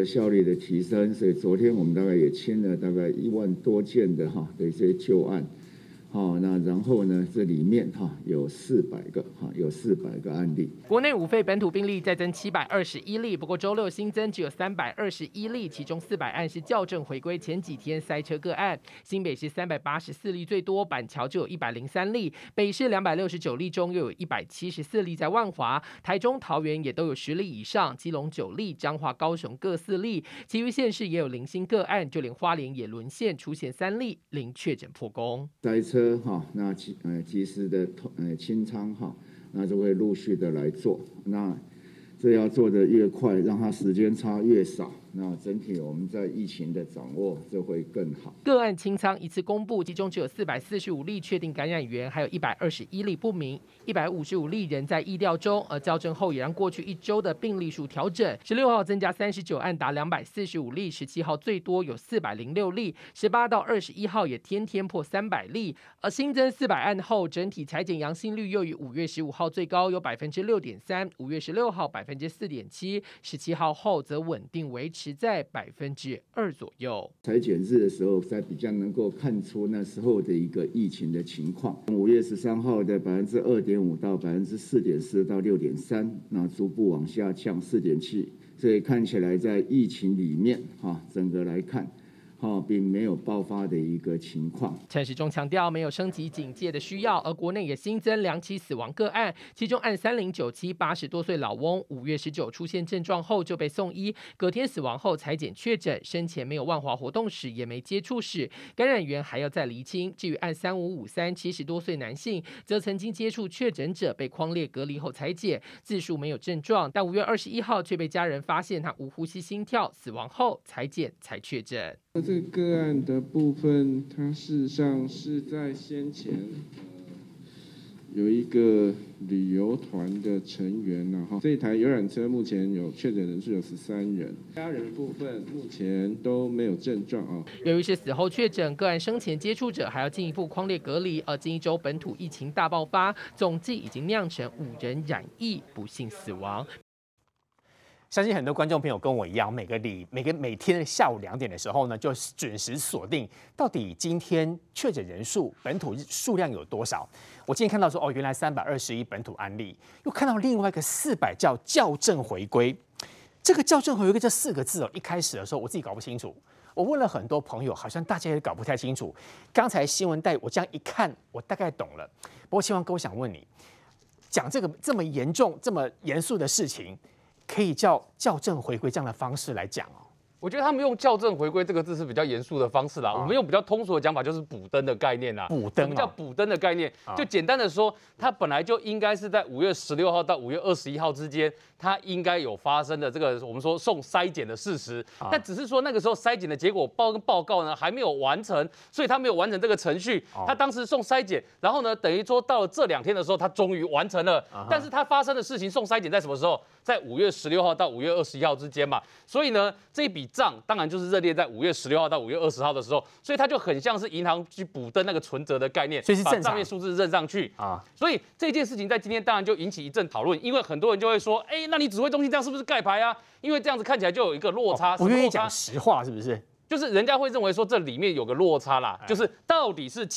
效率的提升，所以昨天我们大概也清了大概1万多件的一些旧案。那然后呢？这里面有400个案例。 国内5费本土病例再增721例，不过周六新增只有321例，其中400案是校正回归前几天塞车个案。新北市384例最多，板桥就有103例，北市269例中又有174例在万华，台中、桃园也都有10例以上，基隆9例，彰化、高雄各4例，其余县市也有零星个案，就连花莲也沦陷，出现3例零确诊破功。 塞车那及时的清仓那就会陆续的来做。那这要做的越快，让它时间差越少，那整体我们在疫情的掌握就会更好。 个案清仓一次公布，其中只有445例确定感染源，还有121例不明，155例仍在疫调中。而校正后也让过去1周的病例数调整，16号增加39案达245例，17号最多有406例，18到21号也天天破300例。而新增400案后，整体采检阳性率又与5月15号最高有6.3%，5月16号4.7%，17号后则稳定维持在2%左右。 采检日的时候，才比较能够看出那时候的一个疫情的情况。5月13号的2.5%到4.4%到6.3%，那逐步往下降4.7%，所以看起来在疫情里面整个来看。并没有爆发的一个情况。 陈时中强调，没有升级警戒的需要，而国内也新增2起死亡个案，其中案3097 80多岁老翁，5月19出现症状后就被送医，隔天死亡后采检确诊，生前没有万华活动史，也没接触史，感染源还要再厘清。至于案3553 70多岁男性，则曾经接触确诊者，被匡列隔离后采检，自述没有症状，但5月21号却被家人发现他无呼吸心跳，死亡后采检才确诊。 这个个案的部分，它事实上是在先前有一个旅游团的成员，然后这一台游览车目前有确诊人数有13人，家人部分目前都没有症状由于是死后确诊，个案生前接触者还要进一步匡列隔离，而近1周本土疫情大爆发，总计已经酿成5人染疫，不幸死亡。 相信很多观众朋友跟我一样，每天的下午2点的时候呢，就准时锁定到底今天确诊人数、本土数量有多少。我今天看到说，原来321本土案例，又看到另外一个400叫校正回归。这个校正回归这4个字一开始的时候我自己搞不清楚。我问了很多朋友，好像大家也搞不太清楚。刚才新闻带我这样一看，我大概懂了。不过，希望哥，我想问你，讲这个这么严重、这么严肃的事情。可以叫校正回归这样的方式来讲我觉得他们用校正回归这个字是比较严肃的方式啦。我们用比较通俗的讲法，就是补登的概念啦。 补登， 什么叫补登的概念？就简单的说，它本来就应该是在5月16号到5月21号之间，它应该有发生的这个我们说送筛检的事实。但只是说那个时候筛检的结果报告呢还没有完成，所以他没有完成这个程序。他当时送筛检，然后呢等于说到了这2天的时候，他终于完成了。但是他发生的事情送筛检在什么时候？在5月16号到5月21号之间嘛。所以呢这一笔账当然就是热烈在5月16号到5月20号的时候，所以它就很像是银行去补登那个存折的概念， 所以是把上面数字认上去所以这件事情在今天当然就引起一阵讨论，因为很多人就会说，那你指挥中心这样是不是盖牌啊？因为这样子看起来就有一个落差。 不愿意讲实话是不是？ 就是人家会认为说这里面有个落差啦，就是到底是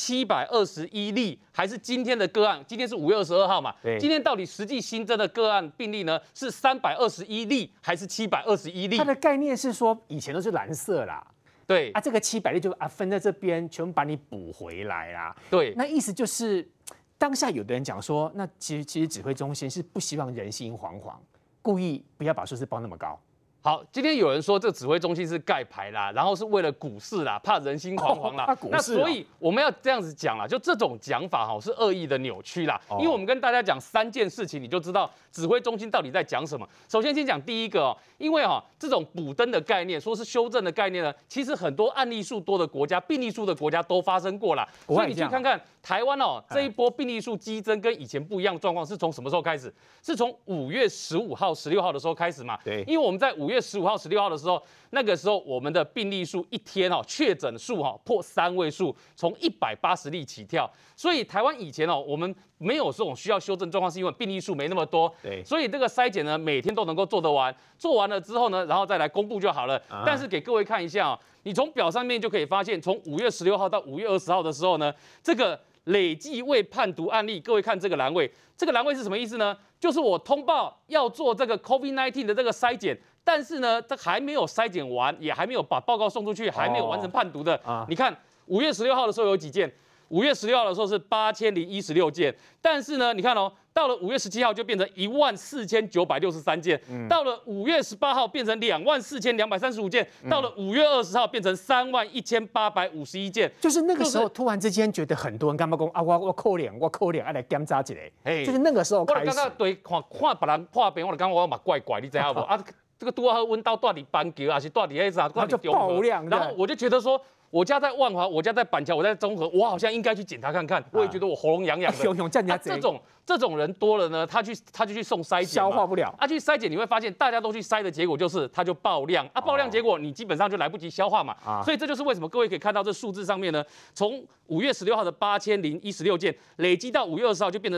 721例还是今天的个案？今天是5月22号嘛，今天到底实际新增的个案病例呢是321例还是721例？ 它的概念是说以前都是蓝色啦， 对这个700例就分在这边，全部把你补回来啦。 对， 那意思就是当下有的人讲说，那其实指挥中心是不希望人心惶惶，故意不要把数字报那么高。 好，今天有人说这指挥中心是盖牌啦，然后是为了股市啦，怕人心惶惶啦。那所以我们要这样子讲啦，就这种讲法是恶意的扭曲啦。因为我们跟大家讲3件事情，你就知道指挥中心到底在讲什么。首先先讲第一个因为这种补登的概念，说是修正的概念呢，其实很多案例数多的国家、病例数的国家都发生过啦。所以你去看看台湾这一波病例数激增跟以前不一样的状况是从什么时候开始？是从5月15号、16号的时候开始嘛？ 对， 因为我们在5 月15号、16号的时候，那个时候我们的病例数一天确诊数破3位数，从180例起跳。所以台湾以前我们没有这种需要修正状况，是因为病例数没那么多。 对， 所以这个筛检呢，每天都能够做得完，做完了之后呢，然后再来公布就好了。但是给各位看一下你从表上面就可以发现，从5月16号到5月20号的时候呢，这个累计未判读案例，各位看这个栏位，这个栏位是什么意思呢？就是我通报要做这个 COVID-19 的这个筛检，但是呢，这还没有筛检完，也还没有把报告送出去，还没有完成判读的。你看5月16号的时候有几件？5月16号的时候是8016件，但是呢，你看到了5月17号就变成14963件，到了5月18号变成24235件，到了5月20号变成31851件。 就是那个时候突然之间觉得很多人干嘛讲啊，我可怜，来检查一下，就是那个时候开始。 我刚刚对看别人破病，我就感觉我嘛怪，你知道不？这个拄好温到到底板桥还是到底那啥？ 就爆量， 然后我就觉得说。我家在万华，我家在板桥，我在中和，我好像应该去检查看看。我也觉得我喉咙痒痒的。这种人多了呢，他就去送筛检， 消化不了。 去筛检，你会发现大家都去筛的结果就是他就爆量爆量结果你基本上就来不及消化嘛。所以这就是为什么各位可以看到这数字上面呢，从5月16号的8016件累积到5月20号就变成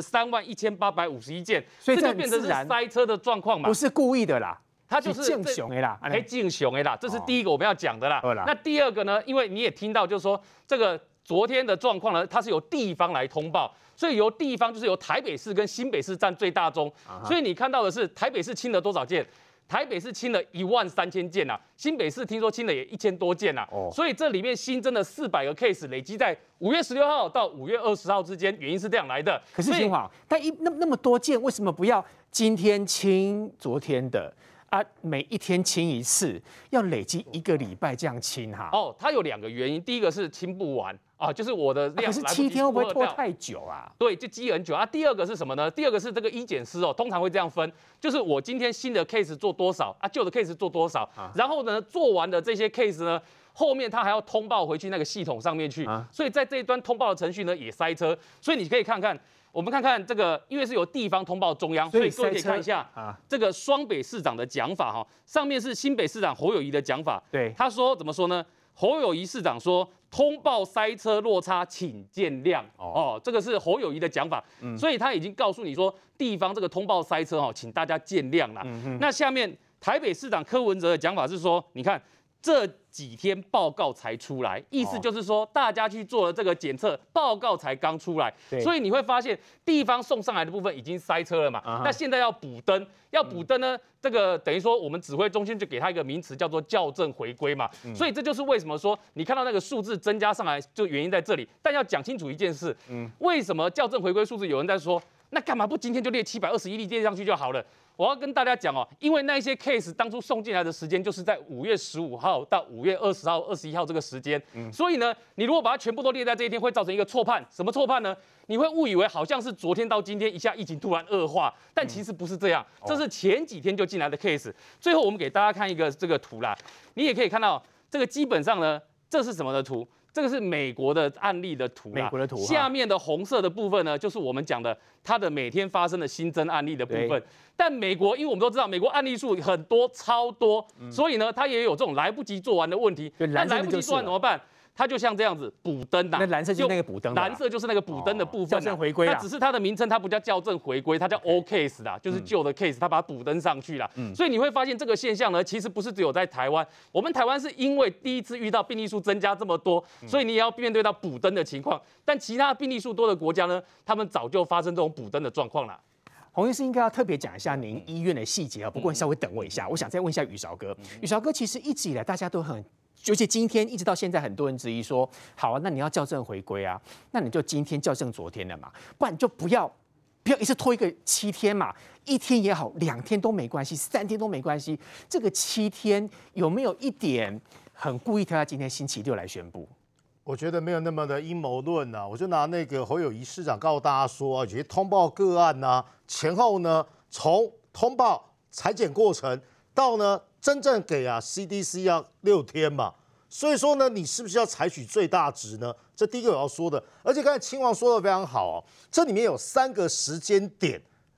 31851件， 所以这就变成是塞车的状况嘛， 不是故意的啦。 它就是敬雄的啦， 敬雄的啦，这是第一个我们要讲的啦。那第二个呢？因为你也听到，就是说这个昨天的状况呢，它是由地方来通报，所以由地方就是由台北市跟新北市占最大宗。所以你看到的是台北市清了多少件？台北市清了13000件啊，新北市听说清了也1000多件啊。所以这里面新增了400个 case， 累积在5月16号到5月20号之间，原因是这样来的。 可是新华，但那么多件，为什么不要今天清昨天的？每一天清一次，要累积1个礼拜这样清哈。 它有2个原因，第一个是清不完就是我的量。 可是7天会不会拖太久啊？ 对，就积很久第二个是什么呢？第二个是这个医检师通常会这样分，就是我今天新的 case 做多少旧的 case 做多少，然后呢做完的这些 case 呢，后面他还要通报回去那个系统上面去，所以在这一端通报的程序呢也塞车，所以你可以看看。我们看看这个，因为是由地方通报中央，所以各位可以看一下这个双北市长的讲法上面是新北市长侯友宜的讲法， 对， 他说怎么说呢？侯友宜市长说，通报塞车落差，请见谅。这个是侯友宜的讲法，所以他已经告诉你说，地方这个通报塞车请大家见谅啦。那下面台北市长柯文哲的讲法是说，你看。这几天报告才出来，意思就是说，大家去做了这个检测，报告才刚出来，所以你会发现地方送上来的部分已经塞车了嘛。那现在要补灯，呢，这个等于说我们指挥中心就给他一个名词叫做校正回归嘛。所以这就是为什么说你看到那个数字增加上来，就原因在这里。但要讲清楚一件事，为什么校正回归数字有人在说，那干嘛不今天就列721例列上去就好了？我要跟大家讲因为那些 case 当初送进来的时间就是在5月15号到5月20号、21号这个时间，所以呢，你如果把它全部都列在这一天，会造成一个错判。什么错判呢？你会误以为好像是昨天到今天一下疫情突然恶化，但其实不是这样，这是前几天就进来的 case。最后我们给大家看一个这个图啦，你也可以看到这个基本上呢，这是什么的图？这个是美国的案例的图， 美国的图。 下面的红色的部分呢，就是我们讲的它的每天发生的新增案例的部分。但美国，因为我们都知道美国案例数很多，超多，所以呢，它也有这种来不及做完的问题。那来不及做完怎么办？它就像这样子补灯那蓝色就是那个补灯， 蓝色就是那个补灯的部分， 校正回归那只是它的名称，它不叫校正回归，它叫 old case 啦，就是旧的 case，它把它补灯上去啦。所以你会发现这个现象呢，其实不是只有在台湾，我们台湾是因为第一次遇到病例数增加这么多，所以你也要面对到补灯的情况。但其他病例数多的国家呢，他们早就发生这种补灯的状况了。 洪医师应该要特别讲一下您医院的细节不过稍微等我一下，我想再问一下宇韶哥。宇韶哥，其实一直以来大家都很，尤其今天一直到现在，很多人质疑说，好啊，那你要校正回归啊，那你就今天校正昨天了嘛，不然你就不要一次拖一个7天嘛，1天也好，2天都没关系，3天都没关系。这个7天有没有一点很故意挑在今天星期6来宣布？ 我觉得没有那么的阴谋论啊，我就拿那个侯友宜市长告诉大家说有些通报个案呢，前后呢，从通报采检过程到呢真正给CDC 要6天嘛，所以说呢，你是不是要采取最大值呢？这第一个我要说的，而且刚才亲王说的非常好这里面有3个时间点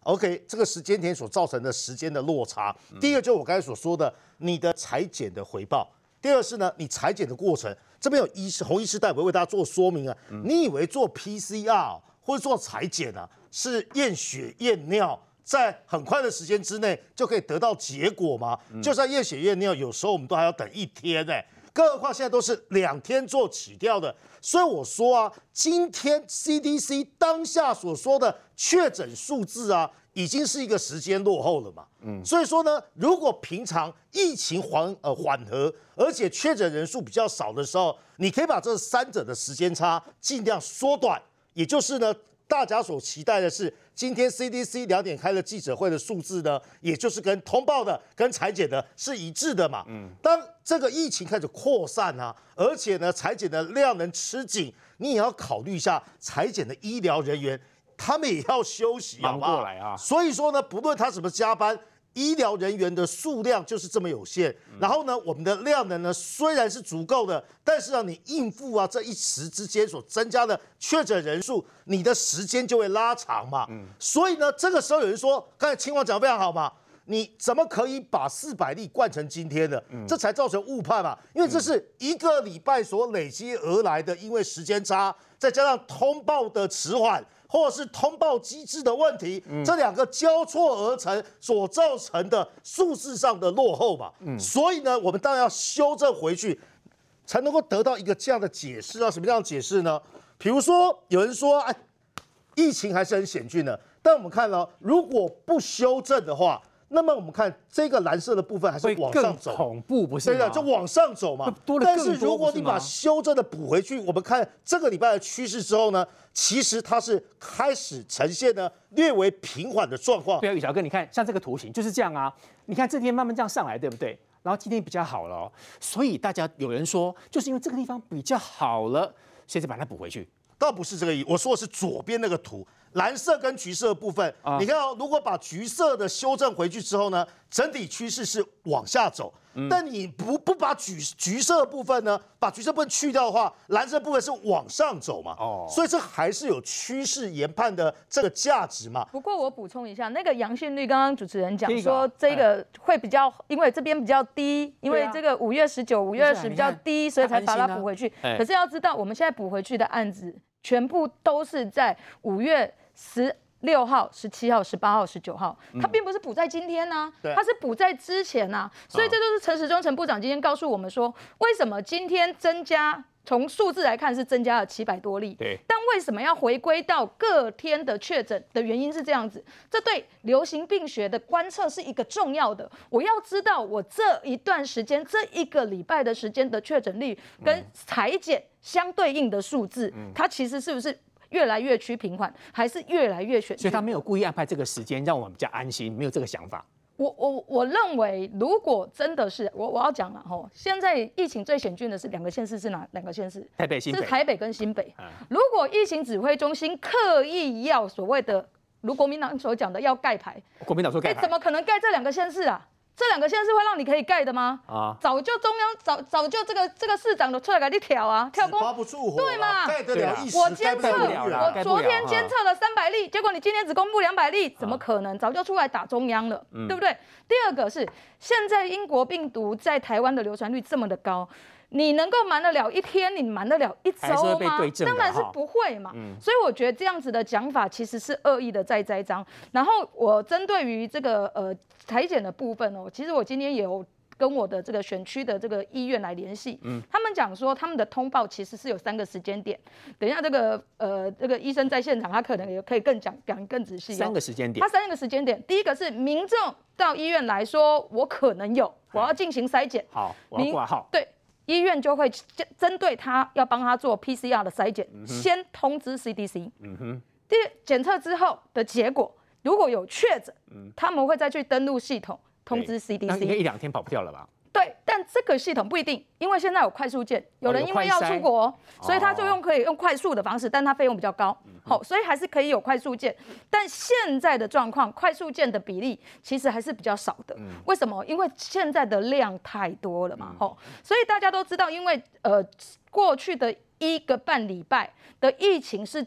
OK， 这个时间点所造成的时间的落差。第一个就是我刚才所说的，你的采检的回报；第二是呢，你采检的过程，这边有洪医师代表为大家做说明啊。你以为做 PCR 或者做采检啊，是验血验尿，在很快的时间之内就可以得到结果吗？就算验血验尿，有时候我们都还要等1天更何况现在都是2天做起跳的。所以我说啊，今天 CDC 当下所说的确诊数字啊，已经是一个时间落后了嘛。所以说呢，如果平常疫情缓和，而且确诊人数比较少的时候，你可以把这3者的时间差尽量缩短，也就是呢，大家所期待的是，今天 CDC 2点开了记者会的数字呢，也就是跟通报的、跟采检的是一致的嘛。当这个疫情开始扩散啊，而且呢，采检的量能吃紧，你也要考虑一下采检的医疗人员，他们也要休息， 忙过来啊。 所以说呢，不论他怎么加班，医疗人员的数量就是这么有限。然后呢，我们的量能呢虽然是足够的，但是呢，你应付啊这一时之间所增加的确诊人数，你的时间就会拉长嘛。所以呢，这个时候有人说，刚才青王讲得非常好嘛。你怎么可以把400例灌成今天的？这才造成误判嘛。因为这是1个礼拜所累积而来的，因为时间差，再加上通报的迟缓，或者是通报机制的问题，这2个交错而成所造成的数字上的落后嘛。所以呢，我们当然要修正回去，才能够得到一个这样的解释啊。什么样的解释呢？比如说有人说，哎，疫情还是很险峻的，但我们看到，如果不修正的话，那么我们看这个蓝色的部分还是往上走， 恐怖不是吗？ 对的，就往上走嘛。但是如果你把修正的补回去，我们看这个礼拜的趋势之后呢，其实它是开始呈现呢略微平缓的状况。 对啊，宇桥哥，你看像这个图形就是这样啊。你看这天慢慢这样上来，对不对？然后今天比较好了所以大家有人说，就是因为这个地方比较好了，所以才把它补回去。 倒不是这个意思，我说的是左边那个图。蓝色跟橘色的部分，你看如果把橘色的修正回去之后呢，整体趋势是往下走。但你不把橘色的部分呢，把橘色部分去掉的话，蓝色部分是往上走嘛。所以这还是有趋势研判的这个价值嘛。 不过我补充一下，那个阳性率，刚刚主持人讲说这个会比较，因为这边比较低，因为这个5月19、5月20比较低，所以才把它补回去。可是要知道，我们现在补回去的案子，全部都是在5月16号、17号、18号、19号，它并不是补在今天呢，它是补在之前啊，所以这就是陈时中陈部长今天告诉我们说，为什么今天增加，从数字来看是增加了700多例， 对， 但为什么要回归到各天的确诊的原因是这样子，这对流行病学的观测是一个重要的，我要知道我这一段时间这1个礼拜的时间的确诊率跟采检相对应的数字，它其实是不是越来越趋平缓，还是越来越选？ 所以他没有故意安排这个时间，让我们比较安心，没有这个想法。 我认为，如果真的是我要讲了吼，现在疫情最险峻的是2个县市，是哪2个县市？ 台北、新北。 是台北跟新北。如果疫情指挥中心刻意要所谓的，如国民党所讲的要盖牌， 国民党说盖牌， 怎么可能盖这2个县市啊？这2个县市会让你可以盖的吗？早就中央早就这个市长都出来给你挑啊，挑抓不住火， 对嘛？ 盖得了一时， 我监测， 我昨天监测了300例，结果你今天只公布200例，怎么可能？早就出来打中央了，对不对？第二个是，现在英国病毒在台湾的流传率这么的高。你能够瞒得了1天，你瞒得了1周吗？当然是不会嘛。所以我觉得这样子的讲法其实是恶意的在栽赃。然后我针对于这个采检的部分其实我今天也有跟我的这个选区的这个医院来联系，他们讲说他们的通报其实是有3个时间点。等一下这个医生在现场，他可能也可以更讲更仔细。 3个时间点， 他3个时间点，第一个是民众到医院来说，我可能有，我要进行筛检， 好，我要挂号， 对。医院就会针对他要帮他做 PCR 的筛检，先通知 CDC。检测之后的结果，如果有确诊，他们会再去登录系统通知 CDC。 那应该1-2天跑不掉了吧？ 对，但这个系统不一定，因为现在有快速件，有人因为要出国，所以他就可以用快速的方式，但它费用比较高，所以还是可以有快速件。但现在的状况，快速件的比例其实还是比较少的。为什么？因为现在的量太多了嘛，所以大家都知道，因为过去的1个半礼拜的疫情是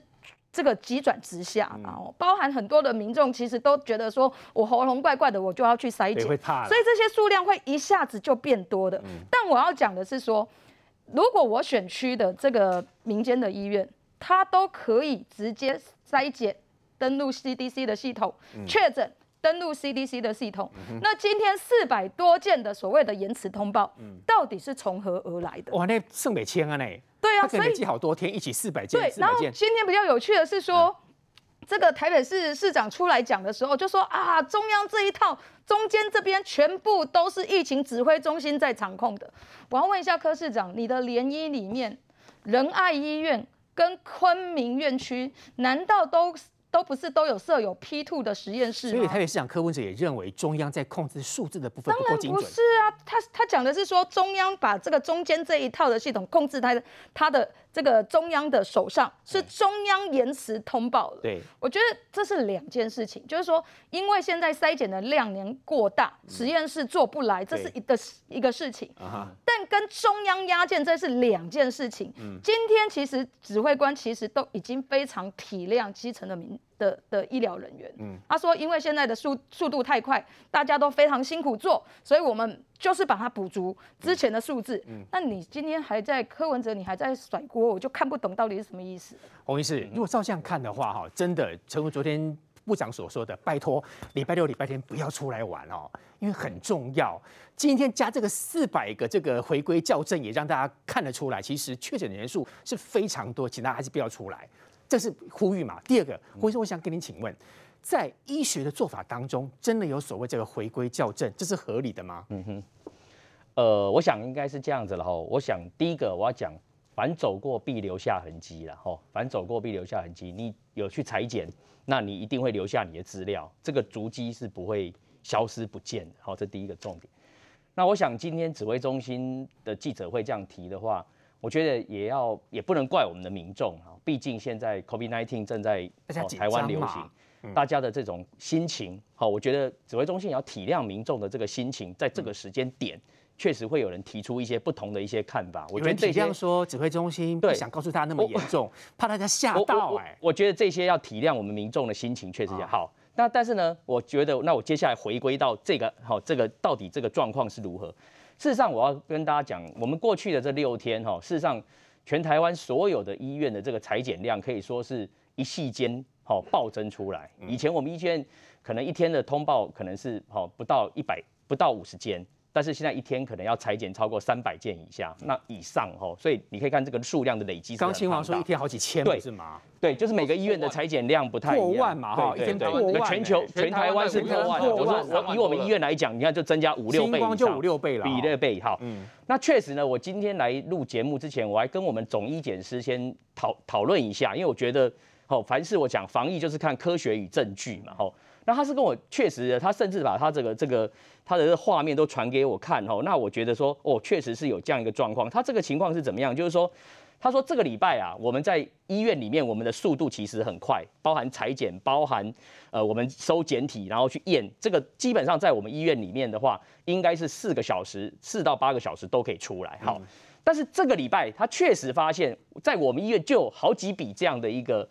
这个急转直下嘛，包含很多的民众其实都觉得说我喉咙怪怪的，我就要去筛检， 会怕， 所以这些数量会一下子就变多的。但我要讲的是说，如果我选区的这个民间的医院，它都可以直接筛检，登录 CDC 的系统，确诊。登录 CDC 的系统，那今天400多件的所谓的延迟通报，到底是从何而来的？ 哇，那剩北千啊呢？ 对啊， 他可能累积好多天，一起400件。 对，然后今天比较有趣的是说，这个台北市市长出来讲的时候，就说啊，中央这一套，中间这边全部都是疫情指挥中心在掌控的。我要问一下柯市长，你的联医里面，仁爱医院跟昆明院区，难道都不是都有设有 P2 的实验室吗？ 所以台北市长柯文哲也认为中央在控制数字的部分不够精准。 当然不是啊，他讲的是说中央把这个中间这一套的系统控制他的这个中央的手上，是中央延迟通报了。 对， 我觉得这是2件事情，就是说因为现在筛检的量年过大，实验室做不来，这是一个事情。但跟中央压件这是2件事情。今天其实指挥官其实都已经非常体谅基层的医疗人员，他说因为现在的速度太快，大家都非常辛苦做，所以我们就是把它补足之前的数字。那你今天还在柯文哲，你还在甩锅，我就看不懂到底是什么意思。 洪医师，如果照这样看的话，哈，真的诚如昨天部长所说的，拜托礼拜6、礼拜天不要出来玩哦，因为很重要。今天加这个400个这个回归校正，也让大家看得出来，其实确诊人数是非常多，请大家还是不要出来。这是呼吁嘛？第二个，洪医生，我想跟您请问，在医学的做法当中，真的有所谓这个回归校正，这是合理的吗？ 我想应该是这样子了哈。我想第一个我要讲，凡走过必留下痕迹了哈。凡走过必留下痕迹，你有去采检，那你一定会留下你的资料，这个足迹是不会消失不见的。好，这第一个重点。那我想今天指挥中心的记者会这样提的话，我觉得也不能怪我们的民众啊，毕竟现在 COVID-19 正在台湾流行，大家的这种心情，好，我觉得指挥中心也要体谅民众的这个心情，在这个时间点，确实会有人提出一些不同的一些看法。我觉得这样说，指挥中心不想告诉大家那么严重，怕大家吓到。 我觉得这些要体谅我们民众的心情，确实也好。那但是呢，我觉得那我接下来回归到这个到底这个状况是如何？事实上，我要跟大家讲，我们过去的这6天事实上全台湾所有的医院的这个采检量可以说是一夕间暴增出来。以前我们医院可能一天的通报可能是不到100不到50件。但是现在一天可能要采检超过300件以下，那以上所以你可以看这个数量的累积。 刚亲王说一天好几千，对是吗？ 对，就是每个医院的采检量不太一样， 过万嘛，一天破万。 全台湾是破万。我说以我们医院来讲，你看就增加5、6倍以上， 星光就5、6倍了， 比2倍。好，那确实呢，我今天来录节目之前，我还跟我们总医检师先讨论一下，因为我觉得凡是我讲防疫就是看科学与证据嘛，那他是跟我确实的，他甚至把他他的画面都传给我看那我觉得说确实是有这样一个状况。他这个情况是怎么样？就是说，他说这个礼拜啊，我们在医院里面，我们的速度其实很快，包含采检，包含我们收检体，然后去验，这个基本上在我们医院里面的话，应该是4到8个小时都可以出来。好，但是这个礼拜他确实发现，在我们医院就有好几笔这样的一个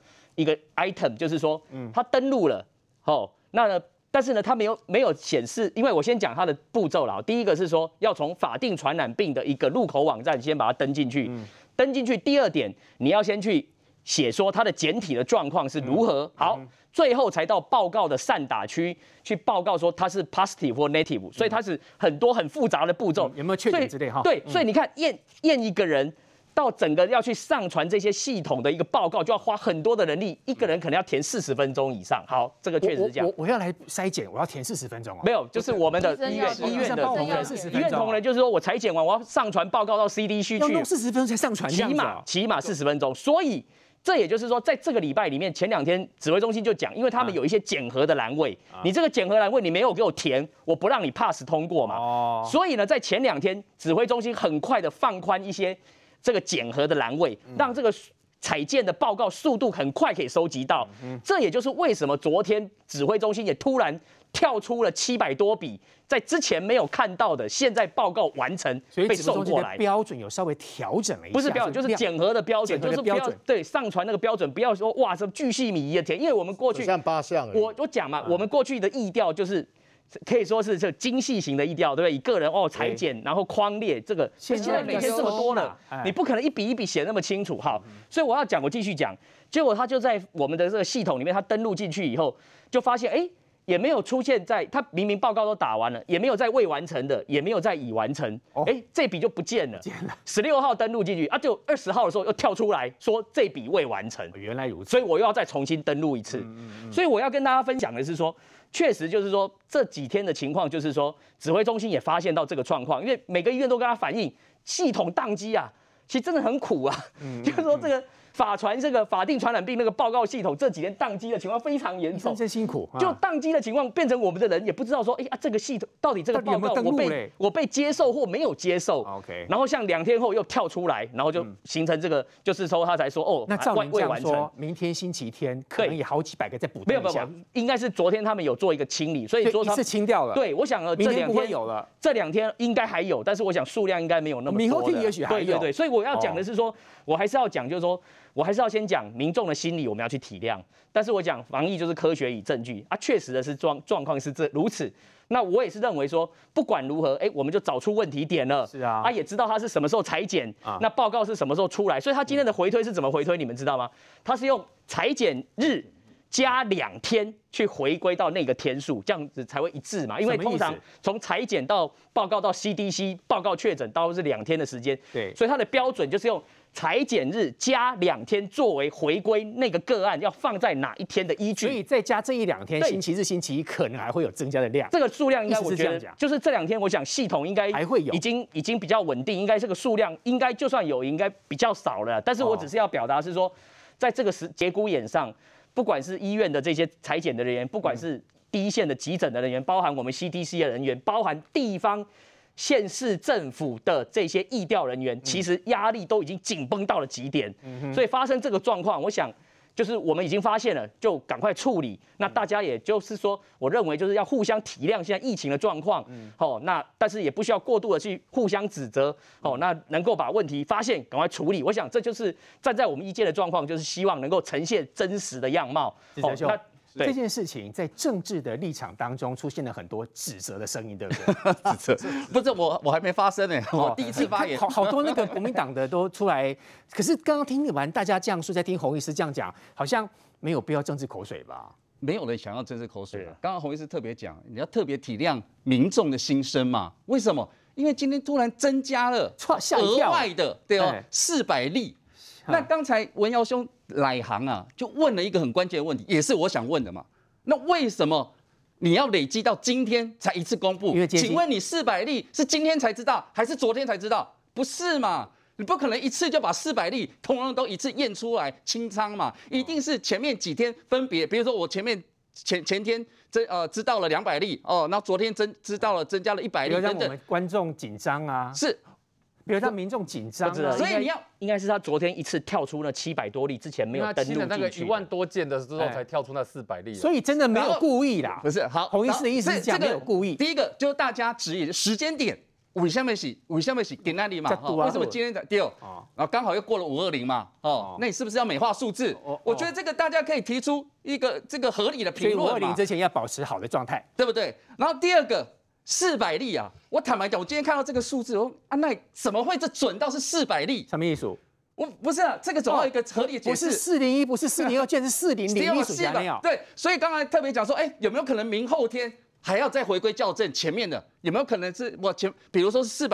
item， 就是说他登录了。那但是呢，它没有显示，因为我先讲它的步骤啦。第一个是说，要从法定传染病的一个入口网站先把它登进去，登进去。第二点，你要先去写说它的检体的状况是如何。好，最后才到报告的善打区去报告说它是 positive 或 negative， 所以它是很多很复杂的步骤， 有没有确诊之类哈？ 对，所以你看验一个人。到整个要去上传这些系统的一个报告，就要花很多的人力，一个人可能要填40分钟以上。好，这个确实是这样。 我要来筛检，我要填40分钟啊？ 没有，就是我们的医院的同仁，40分钟。医院同仁就是说我采检完，我要上传报告到 CDC 去， 要用40分钟才上传， 起码40分钟。所以这也就是说，在这个礼拜里面，前2天指挥中心就讲，因为他们有一些检核的栏位，你这个检核栏位你没有给我填，我不让你 pass 通过嘛。所以呢，在前2天，指挥中心很快的放宽一些。这个检核的栏位，让这个采检的报告速度很快可以收集到，这也就是为什么昨天指挥中心也突然跳出了700多笔，在之前没有看到的，现在报告完成被送过来， 标准有稍微调整了一下， 不是标准，就是检核的标准，就是不要对上传那个标准，不要说哇这巨细靡遗的填，因为我们过去像8项， 我讲嘛，我们过去的疫调就是可以说是这精细型的疫调，对不对？以个人采检，然后框列这个，现在每天这么多了，你不可能一笔一笔写那么清楚。好，所以我要讲，我继续讲。结果他就在我们的这个系统里面，他登录进去以后，就发现也没有出现在他明明报告都打完了，也没有在未完成的，也没有在已完成。这笔就不见了。16号登录进去就20号的时候又跳出来说这笔未完成。 原来如此， 所以我又要再重新登录一次。所以我要跟大家分享的是说，确实就是说这几天的情况，就是说指挥中心也发现到这个状况，因为每个医院都跟他反映系统宕机啊，其实真的很苦啊。就是说这个这个法定传染病那个报告系统这几天宕机的情况非常严重， 真辛苦。 就宕机的情况变成我们的人也不知道说，这个系统到底这个报告我被接受或没有接受。 OK， 然后像2天后又跳出来，然后就形成这个，就是说他才说那照您这样说，明天星期天可能也好几百个再补登一下。 没有，应该是昨天他们有做一个清理，所以说一次清掉了。 对，我想明天不会有了， 这2天应该还有，但是我想数量应该没有那么多。 明后天也许还有。 对，所以我要讲的是说，我还是要讲，就是说。我还是要先讲民众的心理，我们要去体谅。但是我讲防疫就是科学与证据啊，确实的是状况是如此。那我也是认为说，不管如何，我们就找出问题点了。 是啊， 也知道他是什么时候采检，那报告是什么时候出来，所以他今天的回推是怎么回推，你们知道吗？他是用采检日加2天去回归到那个天数，这样子才会一致嘛。因为通常从采检到报告到 CDC 报告确诊都是2天的时间， 对， 所以它的标准就是用采检日加2天作为回归那个个案要放在哪一天的依据， 所以再加这1-2天，星期日、星期一可能还会有增加的量。 这个数量应该我觉得就是这2天，我想系统应该还会有， 已经比较稳定，应该这个数量应该就算有，应该比较少了。但是我只是要表达是说，在这个节骨眼上，不管是医院的这些采检的人员，不管是第一线的急诊的人员，包含我们 CDC 的人员，包含地方县市政府的这些疫调人员，其实压力都已经紧绷到了极点。所以发生这个状况，我想就是我们已经发现了，就赶快处理。那大家也就是说，我认为就是要互相体谅现在疫情的状况。那但是也不需要过度的去互相指责。那能够把问题发现，赶快处理。我想这就是站在我们医界的状况，就是希望能够呈现真实的样貌。 这件事情在政治的立场当中出现了很多指责的声音，对不对？ 指责不是我还没发声呢，我第一次发言， 好多那个国民党的都出来。可是刚刚听完大家这样说，在听洪医师这样讲，好像没有必要政治口水吧？ 没有人想要政治口水。刚刚洪医师特别讲，你要特别体谅民众的心声嘛？为什么？因为今天突然增加了额外的，对哦，400例。那刚才文尧兄来行啊，就问了一个很关键的问题，也是我想问的嘛。那为什么你要累积到今天才一次公布？请问你400例是今天才知道，还是昨天才知道？不是嘛？你不可能一次就把400例通通都一次验出来清仓嘛？一定是前面几天分别，比如说我前面前天知道了200例哦，那昨天知道了增加了100例等等， 让我们观众紧张啊。 是。 比如让民众紧张， 所以应该是他昨天一次跳出那700多例，之前没有登录进去。 那个1万多件的之后才跳出那400例， 所以真的没有故意啦。 不是，好， 洪医师的意思是讲没有故意。 第一个就是大家质疑时间点，为什么是给那里嘛？为什么今天才第二？然后刚好又过了520嘛，那你是不是要美化数字？我觉得这个大家可以提出一个这个合理的评论嘛。 520之前要保持好的状态， 对不对？然后第二个。400例啊！我坦白讲，我今天看到这个数字，那怎么会这准到是400例？ 什么意思？ 我不是这个总要有一个合理解释。 不是401，不是402，居然是400，秘书讲没有？ 对，所以刚才特别讲说，有没有可能明后天还要再回归校正前面的？有没有可能是比如说是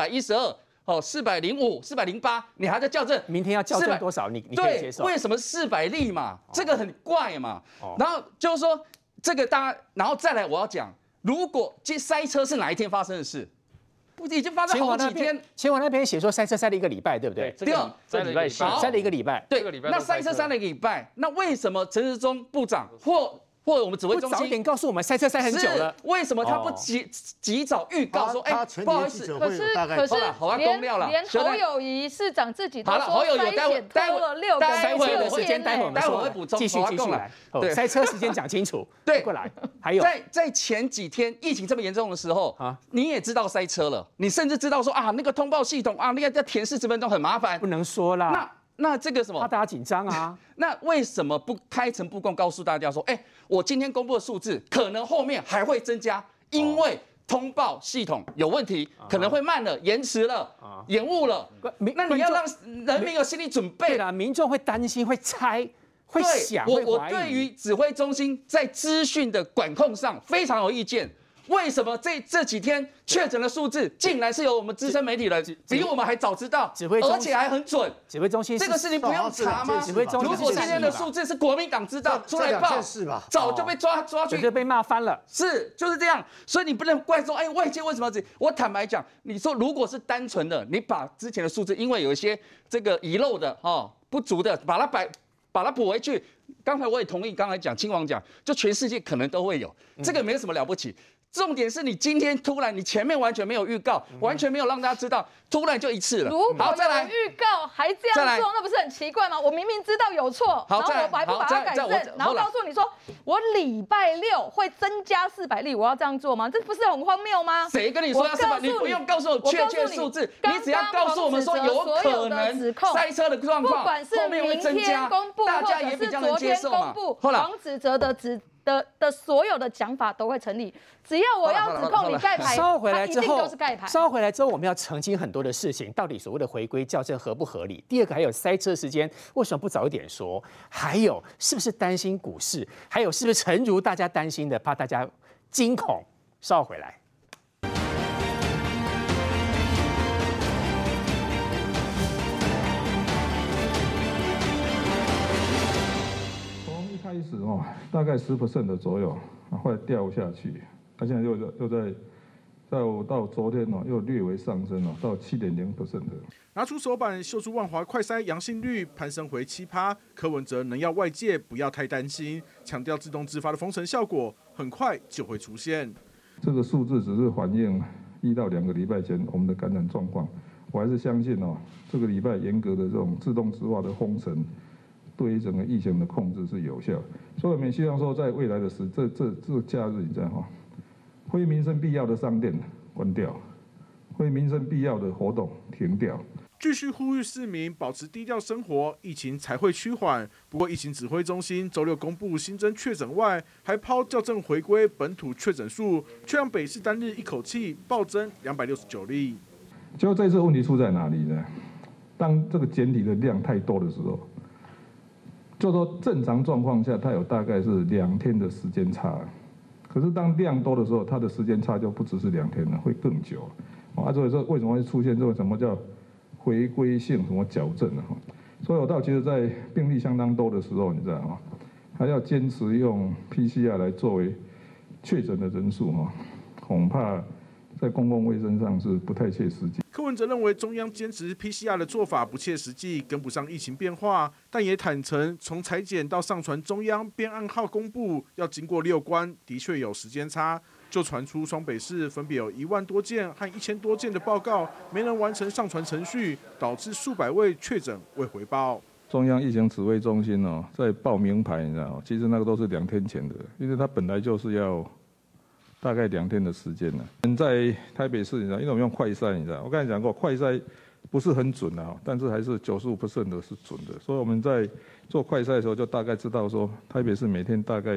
412、405、408，你还在校正？ 明天要校正多少？你可以接受？ 为什么400例嘛？这个很怪嘛。然后就是说这个大家，然后再来我要讲。如果塞车是哪一天发生的事？不，已经发生好几天。 前往那边写说塞车塞了1个礼拜，对不对？ 对，这个礼拜塞了1个礼拜。 对，那塞车塞了1个礼拜，那为什么陈时中部长或或者我们指挥中心早一点告诉我们塞车塞很久了， 为什么他不及早预告说，不好意思， 可是好吧，公料了， 连侯友宜市长自己都说侯友宜待会了6个待会的时间，待会我会补充， 继续来，对，塞车时间讲清楚， 对， 过来，还有在前几天疫情这么严重的时候啊，你也知道塞车了，你甚至知道说啊，那个通报系统啊，那个要填40分钟很麻烦， 不能说啦。 那这个什么？ 怕大家紧张啊？ 那为什么不开诚布公告诉大家说，我今天公布的数字可能后面还会增加，因为通报系统有问题，可能会慢了、延迟了、延误了。那你要让人民有心理准备。 对啦，民众会担心、会猜、会想、会怀疑。 我对于指挥中心在资讯的管控上非常有意见。为什么这几天确诊的数字竟然是由我们资深媒体人比我们还早知道，而且还很准？ 指挥中心这个事情不用查吗？ 指挥中心如果今天的数字是国民党知道出来报，早就被抓去， 就被骂翻了。 就是这样，所以你不能怪说，外界为什么这？我坦白讲，你说如果是单纯的，你把之前的数字，因为有一些这个遗漏的不足的，把它补回去。刚才我也同意，刚才讲亲王讲，就全世界可能都会有，这个没什么了不起。重点是你今天突然，你前面完全没有预告，完全没有让大家知道，突然就一次了。 如果有预告还这样做，那不是很奇怪吗？我明明知道有错，然后我还不把它改正，然后告诉你说我礼拜6会增加400例，我要这样做吗？这不是很荒谬吗？ 谁跟你说要400？你不用告诉我确切数字，你只要告诉我们说有可能塞车的状况， 不管是明天公布或者是昨天公布，黄子哲的所有的讲法都会成立，只要我要指控你盖牌，它一定都是盖牌。 稍回来之后，我们要澄清很多的事情，到底所谓的回归校正合不合理？第二个还有塞车时间，为什么不早一点说？还有是不是担心股市？还有是不是诚如大家担心的，怕大家惊恐？稍回来。 开始大概10% 的左右，后来掉下去，它现在又在到昨天又略微上升到7.0%的。 拿出手板秀出万华快筛阳性率攀升回7%，柯文哲能要外界不要太担心，强调自动自发的封城效果很快就会出现。 这个数字只是反映1到2个礼拜前我们的感染状况，我还是相信这个礼拜严格的这种自动自发的封城，对于整个疫情的控制是有效，所以我们希望说，在未来的这假日，你知道非民生必要的商店关掉，非民生必要的活动停掉。 继续呼吁市民保持低调生活，疫情才会趋缓。不过，疫情指挥中心周6公布新增确诊外，还抛校正回归本土确诊数，却让北市单日一口气暴增269例。 就这次问题出在哪里呢？当这个检体的量太多的时候。就说正常状况下，它有大概是2天的时间差，可是当量多的时候，它的时间差就不只是2天了，会更久。所以说为什么会出现这个什么叫回归性什么矫正呢？所以我倒觉得在病例相当多的时候，你知道吗？还要坚持用 PCR 来作为确诊的人数恐怕在公共卫生上是不太切实际。 柯文哲认为中央坚持 PCR 的做法不切实际，跟不上疫情变化，但也坦诚从采检到上传中央编案号公布，要经过6关，的确有时间差。就传出双北市分别有1万多件和1000多件的报告没能完成上传程序，导致数百位确诊未回报。 中央疫情指挥中心在报名牌，你知道其实那个都是2天前的，因为它本来就是要大概2天的时间了。在台北市，你知道，因为我们用快筛，你知道，我刚才讲过，快筛不是很准但是还是95%的是准的。所以我们在做快筛的时候，就大概知道说，台北市每天大概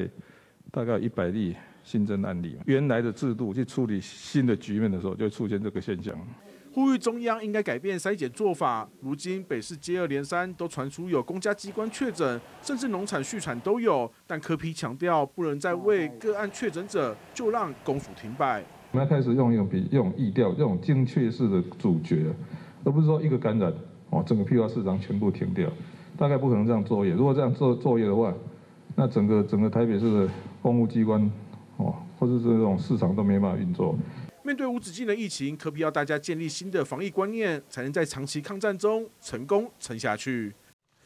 100例新增案例。原来的制度去处理新的局面的时候，就会出现这个现象。 呼吁中央应该改变筛检做法。如今北市接二连三都传出有公家机关确诊，甚至农产、畜产都有。但柯 P 强调，不能再为个案确诊者就让公署停摆。 我们要开始用疫调这种精确式的阻绝，而不是说一个感染整个批发市场全部停掉，大概不可能这样作业。如果这样作业的话，那整个台北市的公务机关或者是这种市场都没办法运作。 面对无止境的疫情，柯 P 要大家建立新的防疫观念，才能在长期抗战中成功撑下去。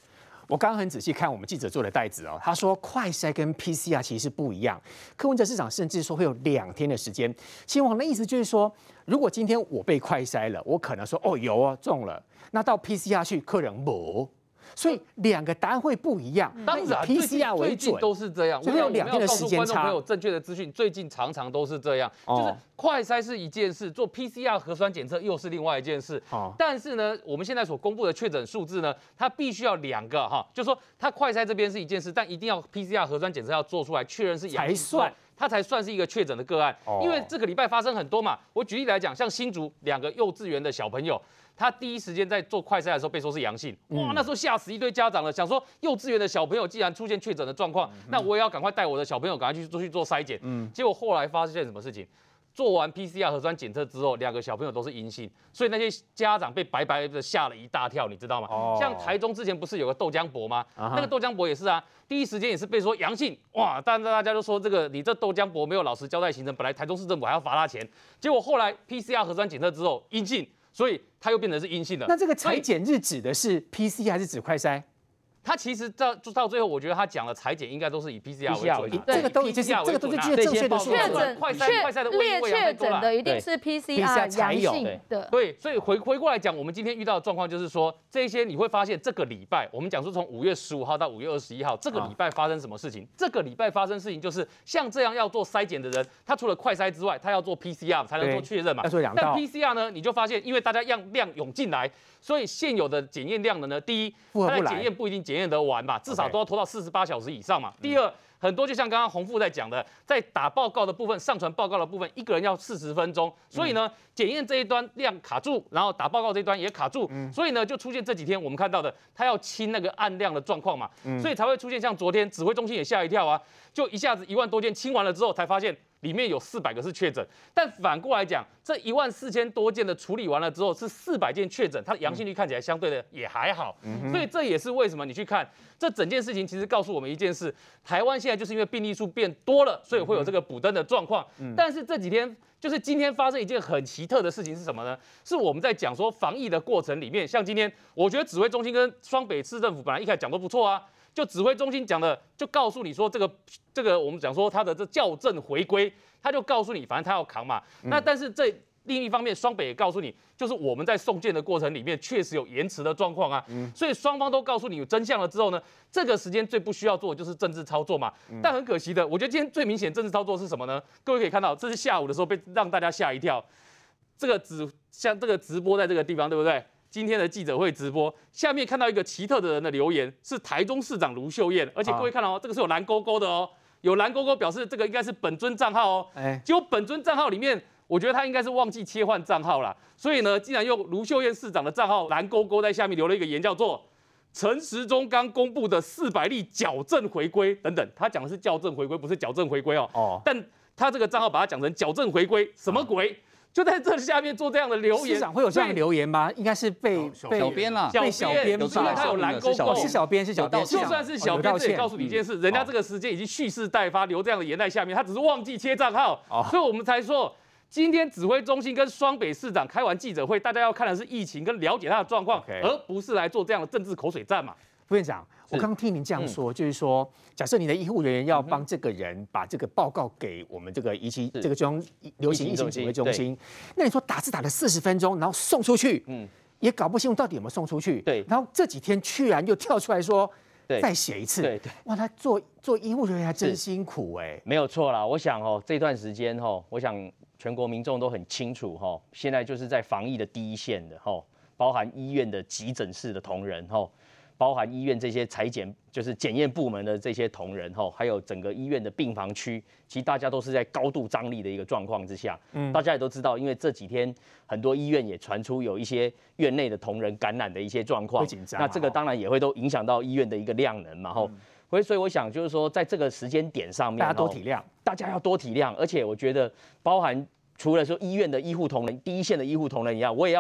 我刚刚很仔细看我们记者做的袋子哦，他说快筛跟 PCR 其实是不一样。柯文哲市长甚至说会有2天的时间。秦王的意思就是说，如果今天我被快筛了，我可能说哦有哦中了，那到 PCR 去可能没。所以2个答案会不一样， 当然 PCR 为准都是这样， 所以有2天的时间差。 观众朋友正确的资讯，最近常常都是这样，就是快筛是一件事，做 PCR 核酸检测又是另外一件事。但是呢，我们现在所公布的确诊数字呢，它必须要2个哈，就是说它快筛这边是一件事，但一定要 PCR 核酸检测要做出来，确认是阳性才算。它才算是一个确诊的个案，因为这个礼拜发生很多嘛。我举例来讲，像新竹2个幼稚园的小朋友，他第一时间在做快筛的时候被说是阳性，哇，那时候吓死一堆家长了，想说幼稚园的小朋友既然出现确诊的状况，那我也要赶快带我的小朋友赶快去做筛检。结果后来发现什么事情？做完 PCR 核酸检测之后，2个小朋友都是阴性，所以那些家长被白白的吓了一大跳，你知道吗？像台中之前不是有个豆浆伯吗？那个豆浆伯也是啊，第一时间也是被说阳性，哇！但大家都说你这豆浆伯没有老实交代行程，本来台中市政府还要罚他钱，结果后来 PCR 核酸检测之后阴性，所以他又变成是阴性了。 那这个采检日指的是 PC 还是指快筛？ 他其实到最后，我觉得他讲的采检应该都是以 PCR 为准， 这个都已经是这个都是正确的数字。 快筛的列确诊的一定是 PCR 阳性的。 对，所以回过来讲，我们今天遇到的状况就是说，这些你会发现这个礼拜，我们讲说从5月15号到5月21号，这个礼拜发生什么事情？这个礼拜发生事情就是像这样要做筛检的人，他除了快筛之外，他要做 PCR 才能做确认嘛。但 PCR 呢，你就发现因为大家量涌进来，所以现有的检验量呢，第一，它的检验不一定检验得完嘛，至少都要拖到48小时以上嘛。第二，很多就像刚刚洪富在讲的，在打报告的部分、上传报告的部分，一个人要40分钟，所以呢，检验这一端量卡住，然后打报告这一端也卡住，所以呢，就出现这几天我们看到的，他要清那个案量的状况嘛，所以才会出现像昨天指挥中心也吓一跳啊，就一下子1万多件清完了之后，才发现里面有400个是确诊，但反过来讲，这14000多件的处理完了之后，是400件确诊，它的阳性率看起来相对的也还好，所以这也是为什么你去看这整件事情，其实告诉我们一件事：台湾现在就是因为病例数变多了，所以会有这个补登的状况。但是这几天，就是今天发生一件很奇特的事情是什么呢？是我们在讲说防疫的过程里面，像今天，我觉得指挥中心跟双北市政府本来一开始讲都不错啊。就指挥中心讲的，就告诉你说这个我们讲说他的这校正回归，他就告诉你，反正他要扛嘛。那但是这另一方面，双北也告诉你，就是我们在送件的过程里面确实有延迟的状况啊。所以双方都告诉你有真相了之后呢，这个时间最不需要做的就是政治操作嘛。但很可惜的，我觉得今天最明显政治操作是什么呢？各位可以看到，这是下午的时候被让大家吓一跳。像这个直播在这个地方，对不对？今天的记者会直播，下面看到一个奇特的人的留言，是台中市长卢秀燕，而且各位看到哦，这个是有蓝勾勾的哦，有蓝勾勾表示这个应该是本尊账号哦。结果本尊账号里面，我觉得他应该是忘记切换账号啦，所以呢，竟然用卢秀燕市长的账号蓝勾勾在下面留了一个言，叫做陈时中刚公布的400例矫正回归等等，他讲的是校正回归，不是矫正回归哦。但他这个账号把它讲成矫正回归，什么鬼？就在这下面做这样的留言， 市长会有这样的留言吗？应该是被小编啦， 被小编， 因为他有蓝勾勾， 是小编，就算是小编，这也告诉你一件事，人家这个时间已经蓄势待发，留这样的言在下面，他只是忘记切账号，所以我们才说，今天指挥中心跟双北市长开完记者会，大家要看的是疫情跟了解他的状况，而不是来做这样的政治口水战嘛。 副院长，我刚听您这样说，就是说，假设你的医护人员要帮这个人把这个报告给我们这个这个中央流行疫情指挥中心，那你说打字打了40分钟，然后送出去，也搞不清楚到底有没有送出去。 对， 然后这几天居然又跳出来说，再写一次。 对， 哇，他做医护人员还真辛苦哎。 没有错啦，我想这段时间我想全国民众都很清楚现在就是在防疫的第一线的包含医院的急诊室的同仁包含医院这些采检就是检验部门的这些同仁还有整个医院的病房区，其实大家都是在高度张力的一个状况之下。大家也都知道，因为这几天很多医院也传出有一些院内的同仁感染的一些状况，那这个当然也会都影响到医院的一个量能嘛所以我想就是说，在这个时间点上面， 大家多体谅， 大家要多体谅，而且我觉得包含除了说医院的医护同仁、第一线的医护同仁一样，我也要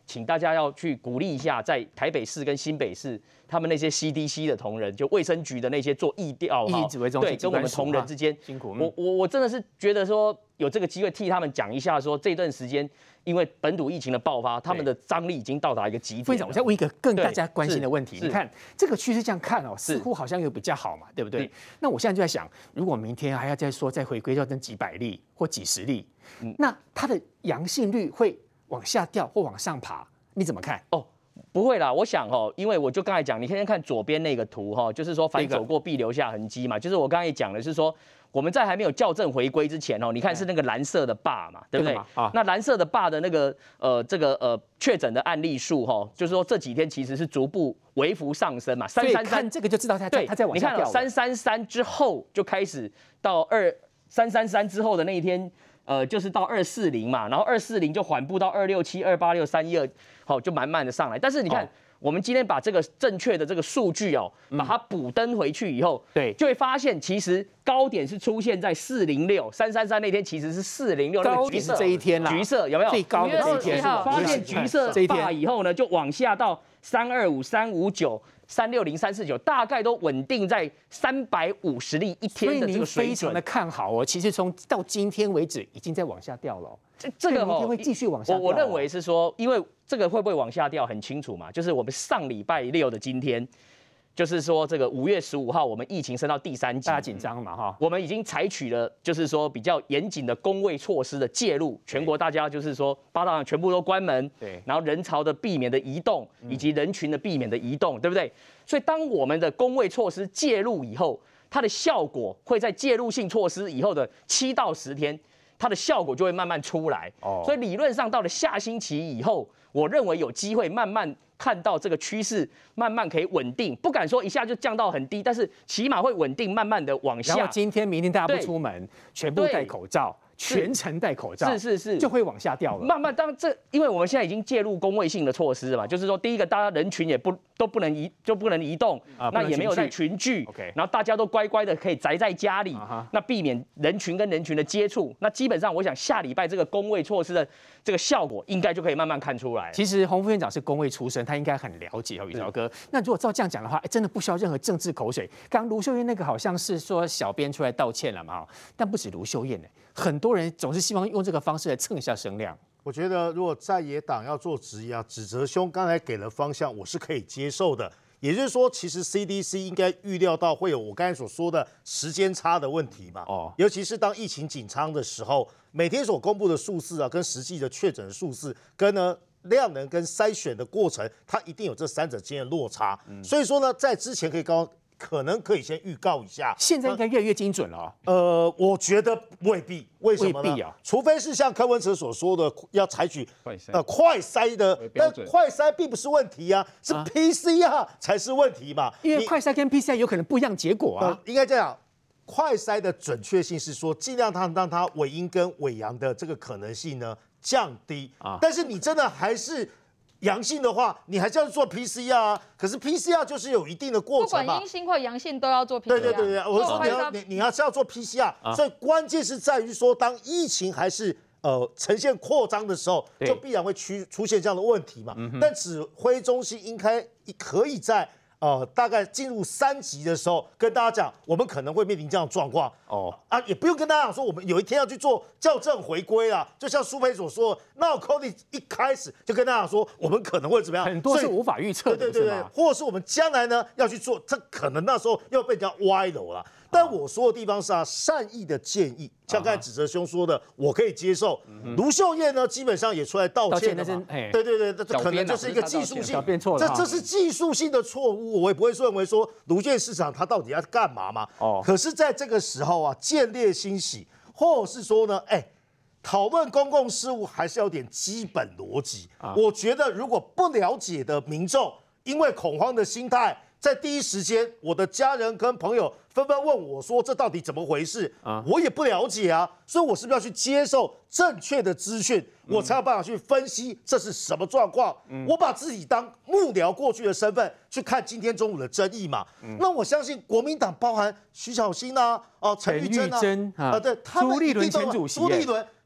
请大家要去鼓励一下，在台北市跟新北市他们那些 CDC 的同仁，就卫生局的那些做疫调，对，跟我们同仁之间辛苦。 我真的是觉得说有这个机会替他们讲一下，说这段时间因为本土疫情的爆发，他们的张力已经到达一个极点。 副院长，我再问一个更大家关心的问题，你看这个趋势这样看哦，似乎好像有比较好嘛，对不对？那我现在就在想，如果明天还要再回归到等几百例或几十例，那它的阳性率会往下掉或往上爬，你怎么看？ 哦，不会啦，我想因为我就刚才讲，你先看左边那个图就是说凡走过必留下痕迹嘛，就是我刚才也讲的是说，我们在还没有校正回归之前你看是那个蓝色的霸嘛，对不对？那蓝色的霸的那个确诊的案例数就是说这几天其实是逐步微幅上升嘛，333 看这个就知道它在往下掉了。 你看333之后就开始到333之后的那一天。就是到240嘛，然后240就缓步到267、286、312，就慢慢的上来。但是你看，我们今天把这个正确的这个数据把它补登回去以后， 对， 就会发现其实高点是出现在406，333那天其其实是406， 高点是这一天啦， 橘色有没有？ 最高的这一天， 发现橘色霸以后呢，就往下到325、359。360、349大概都稳定在350例一天的这个水准， 所以您非常的看好其实到今天为止已经在往下掉了。 这个明天会继续往下掉。 我认为是说，因为这个会不会往下掉很清楚嘛，就是我们上礼拜6的今天。就是说，这个5月15号，我们疫情升到第3级， 大家紧张嘛我们已经采取了，就是说比较严谨的公卫措施的介入，全国大家就是说8大行全部都关门， 对， 然后人潮的避免的移动，以及人群的避免的移动，对不对？所以当我们的公卫措施介入以后，它的效果会在介入性措施以后的7到10天，它的效果就会慢慢出来。所以理论上到了下星期以后，我认为有机会慢慢。看到这个趋势慢慢可以稳定，不敢说一下就降到很低，但是起码会稳定，慢慢的往下。 然后今天、明天大家不出门，全部戴口罩，全程戴口罩， 是， 就会往下掉了。 慢慢，因为我们现在已经介入公卫性的措施了嘛，就是说，第一个，大家人群也都不能移动，那也没有在群聚，然后大家都乖乖的可以宅在家里，那避免人群跟人群的接触。那基本上，我想下礼拜这个公卫措施的这个效果，应该就可以慢慢看出来。 其实洪副院长是公卫出身，他应该很了解宇潮哥。那如果照这样讲的话，真的不需要任何政治口水。刚刚卢秀燕那个好像是说小编出来道歉了嘛，但不止卢秀燕很多人总是希望用这个方式来蹭一下声量。 我觉得如果在野党要做质疑指责兄刚才给了方向，我是可以接受的。也就是说，其实 CDC 应该预料到会有我刚才所说的时间差的问题嘛。尤其是当疫情紧张的时候，每天所公布的数字跟实际的确诊数字跟量能跟筛选的过程，它一定有这3者之间的落差。所以说呢，在之前可能可以先预告一下， 现在应该越来越精准了。 我觉得未必，为什么呢？除非是像柯文哲所说的，要采取快筛的，但快筛并不是问题啊，是 PCR 才是问题嘛。 因为快筛跟 PCR 有可能不一样结果啊。 应该这样，快筛的准确性是说，尽量让它伪阴跟伪阳的这个可能性呢降低。但是你真的还是。阳性的话，你还是要做 PCR 啊。可是 PCR 就是有一定的过程嘛， 不管阴性或阳性都要做 PCR。 对，我说你还是要做 PCR，所以关键是在于说，当疫情还是呈现扩张的时候，就必然会出现这样的问题嘛。但指挥中心应该可以在大概进入3级的时候，跟大家讲，我们可能会面临这样的状况。也不用跟大家讲说，我们有一天要去做校正回归啦。就像苏培所说的，那我 Cody 一开始就跟大家讲说，我们可能会怎么样？ 很多是无法预测的， 对，或者是我们将来呢要去做，这可能那时候又被人家歪楼了。但我说的地方是善意的建议，像刚才指责兄说的，我可以接受。卢秀燕呢，基本上也出来道歉了嘛。对，这可能就是一个技术性，这是技术性的错误，我也不会认为说卢秀燕市长他到底要干嘛嘛。可是在这个时候见猎欣喜，或者是说呢，讨论公共事务还是有点基本逻辑。我觉得如果不了解的民众，因为恐慌的心态。在第一时间，我的家人跟朋友纷纷问我说：“这到底怎么回事？”我也不了解啊，所以我是不是要去接受正确的资讯，我才有办法去分析这是什么状况？我把自己当幕僚过去的身份去看今天中午的争议嘛。那我相信国民党包含徐小新陈玉珍对， 朱立伦前主席， 朱立伦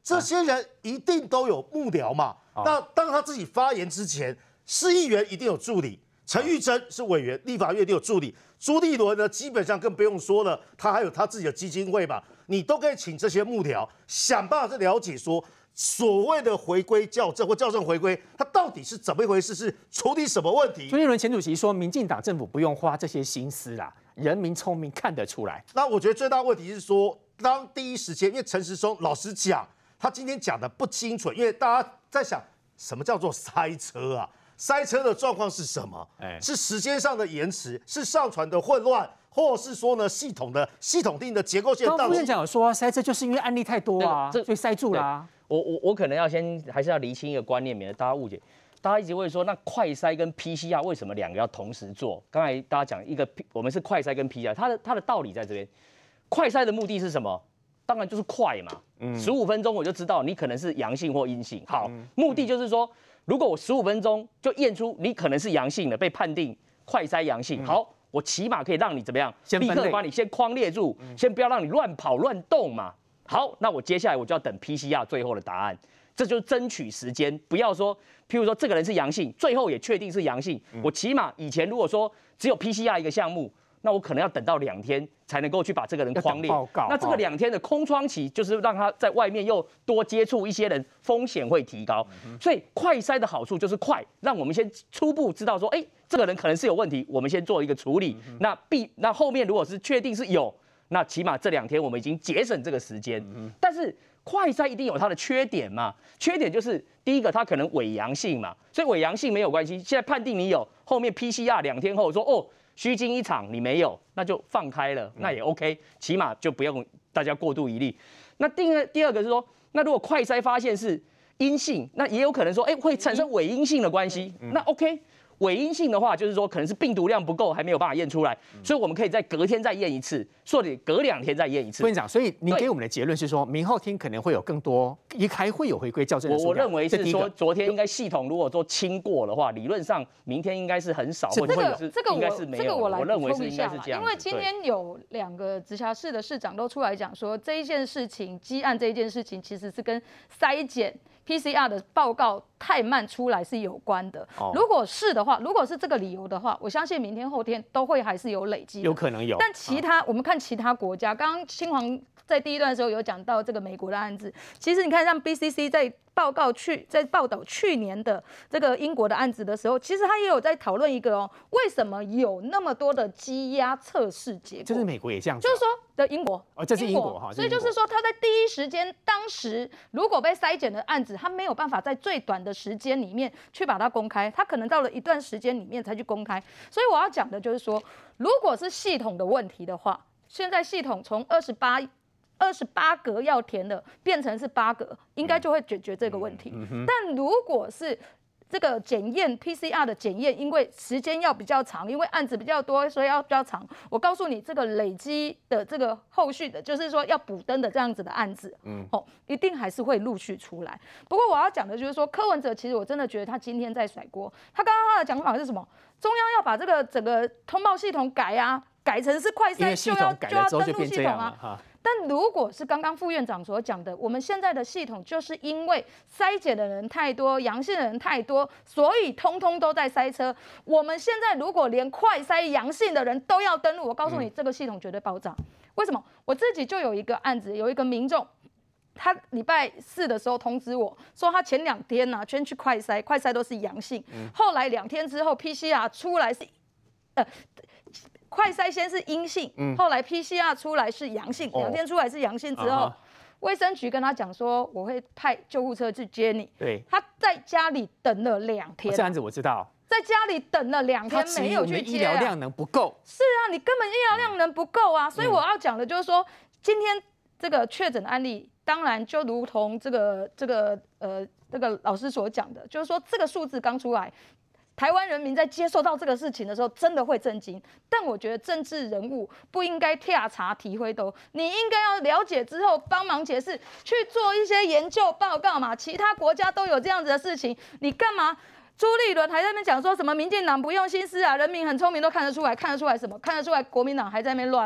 这些人一定都有幕僚嘛。那当他自己发言之前，市议员一定有助理，陈玉珍是委员，立法院一定有助理，朱立伦呢基本上更不用说了，他还有他自己的基金会嘛，你都可以请这些幕僚想办法去了解说。所谓的回归校正或校正回归，它到底是怎么一回事？是处理什么问题？ 朱立伦前主席说，民进党政府不用花这些心思啦，人民聪明看得出来。 那我觉得最大问题是说，当第一时间，因为陈时中老实讲，他今天讲的不清楚，因为大家在想什么叫做塞车啊？塞车的状况是什么？是时间上的延迟，是上传的混乱。或是说呢，系统定的结构性的宕机。 副院长有说塞车就是因为案例太多啊，所以塞住啦。 我可能要还是要厘清一个观念，免得大家误解。大家一直会说，那快筛跟 PCR 为什么两个要同时做？刚才大家讲一个，我们是快筛跟 PCR， 它的道理在这边。快筛的目的是什么？当然就是快嘛，15分钟我就知道你可能是阳性或阴性。好，目的就是说，如果我15分钟就验出你可能是阳性的，被判定快筛阳性，好。我起码可以让你怎么样？立刻把你先框列住，先不要让你乱跑乱动嘛。好，那我接下来我就要等 PCR 最后的答案，这就是争取时间，不要说，譬如说这个人是阳性，最后也确定是阳性，我起码以前如果说只有 PCR 一个项目，那我可能要等到2天才能够去把这个人框列。那这个2天的空窗期，就是让他在外面又多接触一些人，风险会提高。所以快筛的好处就是快，让我们先初步知道说，这个人可能是有问题，我们先做一个处理。那后面如果是确定是有，那起码这2天我们已经节省这个时间。但是快筛一定有它的缺点嘛？缺点就是第一个，它可能伪阳性嘛，所以伪阳性没有关系。现在判定你有，后面 PCR 2天后说虚惊一场，你没有，那就放开了，那也 OK， 起码就不用大家过度疑虑。那第二个是说，那如果快筛发现是阴性，那也有可能说，会产生伪阴性的关系，那 OK。伪阴性的话，就是说可能是病毒量不够，还没有办法验出来，所以我们可以在隔天再验一次，或者隔2天再验一次。 副院长，所以您给我们的结论是说，明后天可能会有更多，还会有回归校正的数量。 我认为是说，昨天应该系统如果说清过的话，理论上明天应该是很少，或者应该是没有。 我认为是应该是这样。 因为今天有2个直辖市的市长都出来讲说，这一件事情，基案这一件事情，其实是跟筛检。PCR 的报告太慢出来是有关的。如果是的话，如果是这个理由的话，我相信明天后天都会还是有累积， 有可能有。 但我们看其他国家，刚刚清煌在第一段的时候有讲到这个美国的案子，其实你看像 BCC 在报道去年的这个英国的案子的时候，其实他也有在讨论一个为什么有那么多的积压测试结果？ 就是美国也这样子， 就是说的英国这是英国哈， 所以就是说他在第一时间，当时如果被筛检的案子，他没有办法在最短的时间里面去把它公开，他可能到了一段时间里面才去公开。所以我要讲的就是说，如果是系统的问题的话，现在系统从28格要填的变成是8格，应该就会解决这个问题。但如果是这个检验 PCR 的检验，因为时间要比较长，因为案子比较多，所以要比较长。我告诉你，这个累积的这个后续的，就是说要补登的这样子的案子，一定还是会陆续出来。不过我要讲的就是说，柯文哲其实我真的觉得他今天在甩锅。他刚刚他的讲法是什么？中央要把这个整个通报系统改成是快筛就要登录系统啊。但如果是刚刚副院长所讲的，我们现在的系统就是因为筛检的人太多，阳性的人太多，所以通通都在塞车。我们现在如果连快筛阳性的人都要登录，我告诉你，这个系统绝对爆炸。为什么？我自己就有一个案子，有一个民众，他礼拜4的时候通知我说，他前2天呢先去快筛都是阳性，后来2天之后 PCR 出来是快筛先是阴性，后来 PCR 出来是阳性，2天出来是阳性之后，卫生局跟他讲说，我会派救护车去接你。 对， 他在家里等了2天。 这样子我知道， 在家里等了2天没有去接。 医疗量能不够。 是啊，你根本医疗量能不够啊，所以我要讲的就是说，今天这个确诊的案例，当然就如同这个老师所讲的，就是说这个数字刚出来。台湾人民在接受到这个事情的时候，真的会震惊。但我觉得政治人物不应该跳茶提灰斗，你应该要了解之后帮忙解释，去做一些研究报告嘛。其他国家都有这样子的事情，你干嘛？朱立伦还在那边讲说什么民进党不用心思啊，人民很聪明都看得出来，看得出来什么？看得出来国民党还在那边乱吗？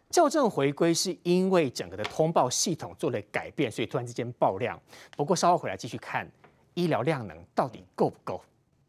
校正回归是因为整个的通报系统做了改变，所以突然之间爆量。不过稍后回来继续看医疗量能到底够不够。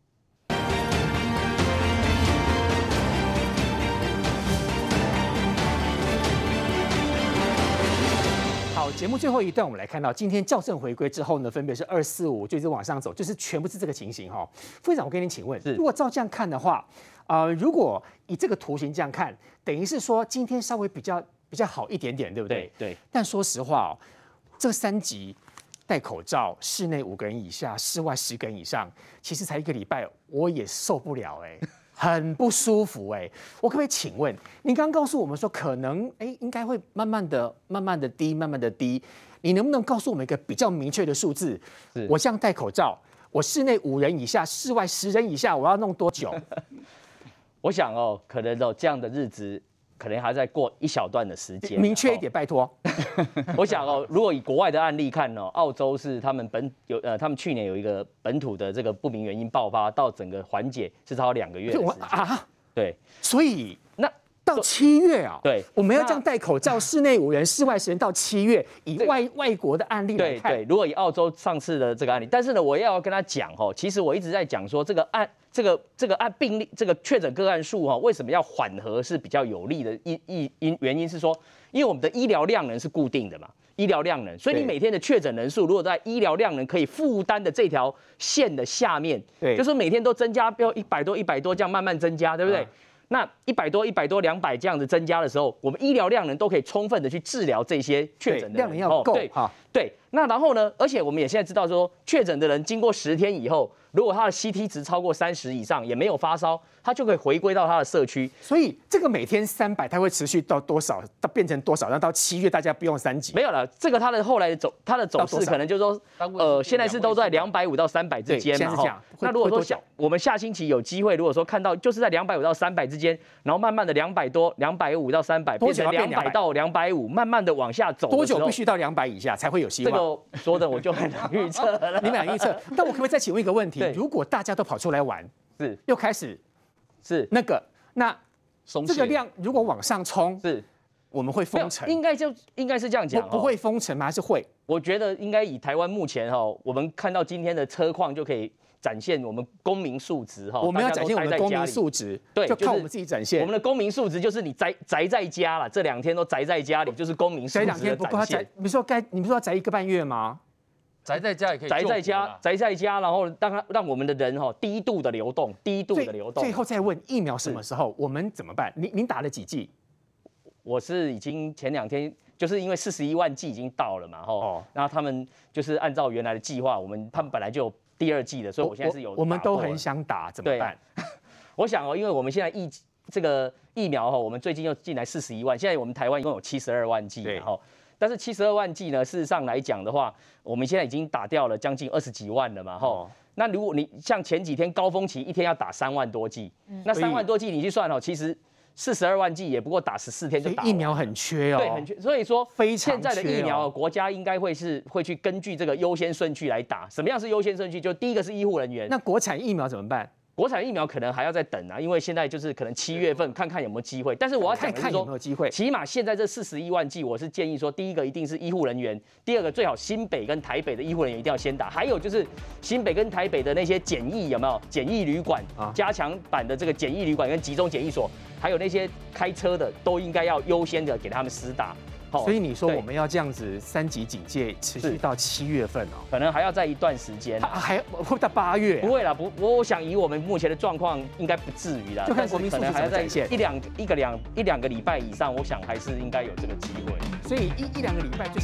好，节目最后一段，我们来看到今天校正回归之后呢，分别是2、4、5，就是往上走，就是全部是这个情形哈。副院长，我跟你请问，如果照这样看的话，如果以这个图形这样看，等于是说今天稍微比较好一点点，对不对？ 对。 但说实话哦，这3级戴口罩，室内5个人以下，室外10个人以上，其实才1个礼拜，我也受不了很不舒服我可不可以请问，您刚刚告诉我们说可能应该会慢慢的低，你能不能告诉我们一个比较明确的数字？我这样戴口罩，我室内5人以下，室外10人以下，我要弄多久？ 我想可能这样的日子，可能还在过一小段的时间。 明确一点，拜托。 我想如果以国外的案例看澳洲是他们他们去年有一个本土的这个不明原因爆发，到整个缓解是超过2个月的时间。对， 所以那到7月啊， 对， 我们要这样戴口罩，室内5人，室外10人，到7月，以外国的案例来看， 对，如果以澳洲上次的这个案例，但是呢，我也要跟他讲其实我一直在讲说这个按病例这个确诊个案数为什么要缓和是比较有利的原因是说，因为我们的医疗量能是固定的嘛，医疗量能，所以你每天的确诊人数如果在医疗量能可以负担的这条线的下面，对，就是每天都增加，比如100多这样慢慢增加，对不对？那100多、200这样子增加的时候，我们医疗量能都可以充分的去治疗这些确诊的人， 量能要够对。那然后呢？而且我们也现在知道说，确诊的人经过10天以后，如果他的 CT 值超过30以上，也没有发烧，他就可以回归到他的社区。 所以这个每天300，它会持续到多少？到变成多少？然后到7月大家不用3级？ 没有了，这个它的后来的走势可能就是说，现在是都在250到300之间嘛。那如果说我们下星期有机会，如果说看到就是在250到300之间，然后慢慢的200多、250到300，变成200到250，慢慢的往下走。 多久必须到200以下才会有希望？ 这个说的我就很难预测了。 你们俩预测，但我可不可以再请问一个问题？如果大家都跑出来玩，又开始那这个量如果往上冲，我们会封城？ 应该是这样讲， 不会封城吗？还是会？ 我觉得应该以台湾目前我们看到今天的车况就可以展现我们公民素质我们要展现我们的公民素质， 对， 就靠我们自己展现。 我们的公民素质就是你宅在家了，这2天都宅在家里，就是公民素质的展现。 不过你们说要宅1个半月吗？ 宅在家也可以宅在家，然后让我们的人低度的流动。 最后再问疫苗什么时候？我们怎么办？您打了几剂？ 我是已经前2天，就是因为41万剂已经到了嘛，然后他们就是按照原来的计划，他们本来就有第2剂的，所以我现在是有。 我们都很想打，怎么办？ 我想因为我们现在这个疫苗我们最近又进来41万，现在我们台湾一共有72万剂，但是72万剂呢，事实上来讲的话，我们现在已经打掉了将近20几万了嘛，那如果你像前几天高峰期一天要打3万多剂，那3万多剂你去算其实42万剂也不过打14天就打完了。 疫苗很缺对，很缺。所以说现在的疫苗国家应该会去根据这个优先顺序来打。什么样是优先顺序？就第一个是医护人员。 那国产疫苗怎么办？ 国产疫苗可能还要再等因为现在就是可能7月份看看有没有机会。但是我要讲的是说， 有没有机会？ 起码现在这41万剂，我是建议说，第一个一定是医护人员，第二个最好新北跟台北的医护人员一定要先打，还有就是新北跟台北的那些检疫有没有检疫旅馆加强版的这个检疫旅馆跟集中检疫所，还有那些开车的都应该要优先的给他们施打。 所以你说我们要这样子3级警戒持续到7月份可能还要再一段时间， 还会到8月？ 不会啦，我想以我们目前的状况，应该不至于啦。 就看国民素质怎么展现， 一两个礼拜以上，我想还是应该有这个机会。 所以1、2个礼拜就